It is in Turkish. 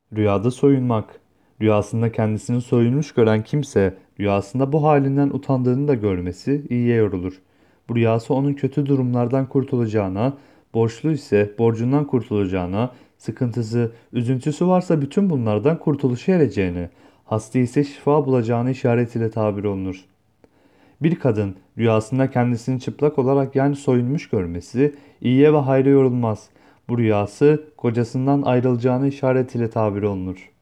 Rüyada soyunmak. Rüyasında kendisini soyunmuş gören kimse, rüyasında bu halinden utandığını da görmesi iyiye yorulur. Bu rüyası onun kötü durumlardan kurtulacağına, borçlu ise borcundan kurtulacağına, sıkıntısı, üzüntüsü varsa bütün bunlardan kurtuluşa ereceğine, hasta ise şifa bulacağını işaret ile tabir olunur. Bir kadın rüyasında kendisini çıplak olarak yani soyunmuş görmesi iyiye ve hayra yorulmaz. Bu rüyası kocasından ayrılacağını işaret ile tabir olunur.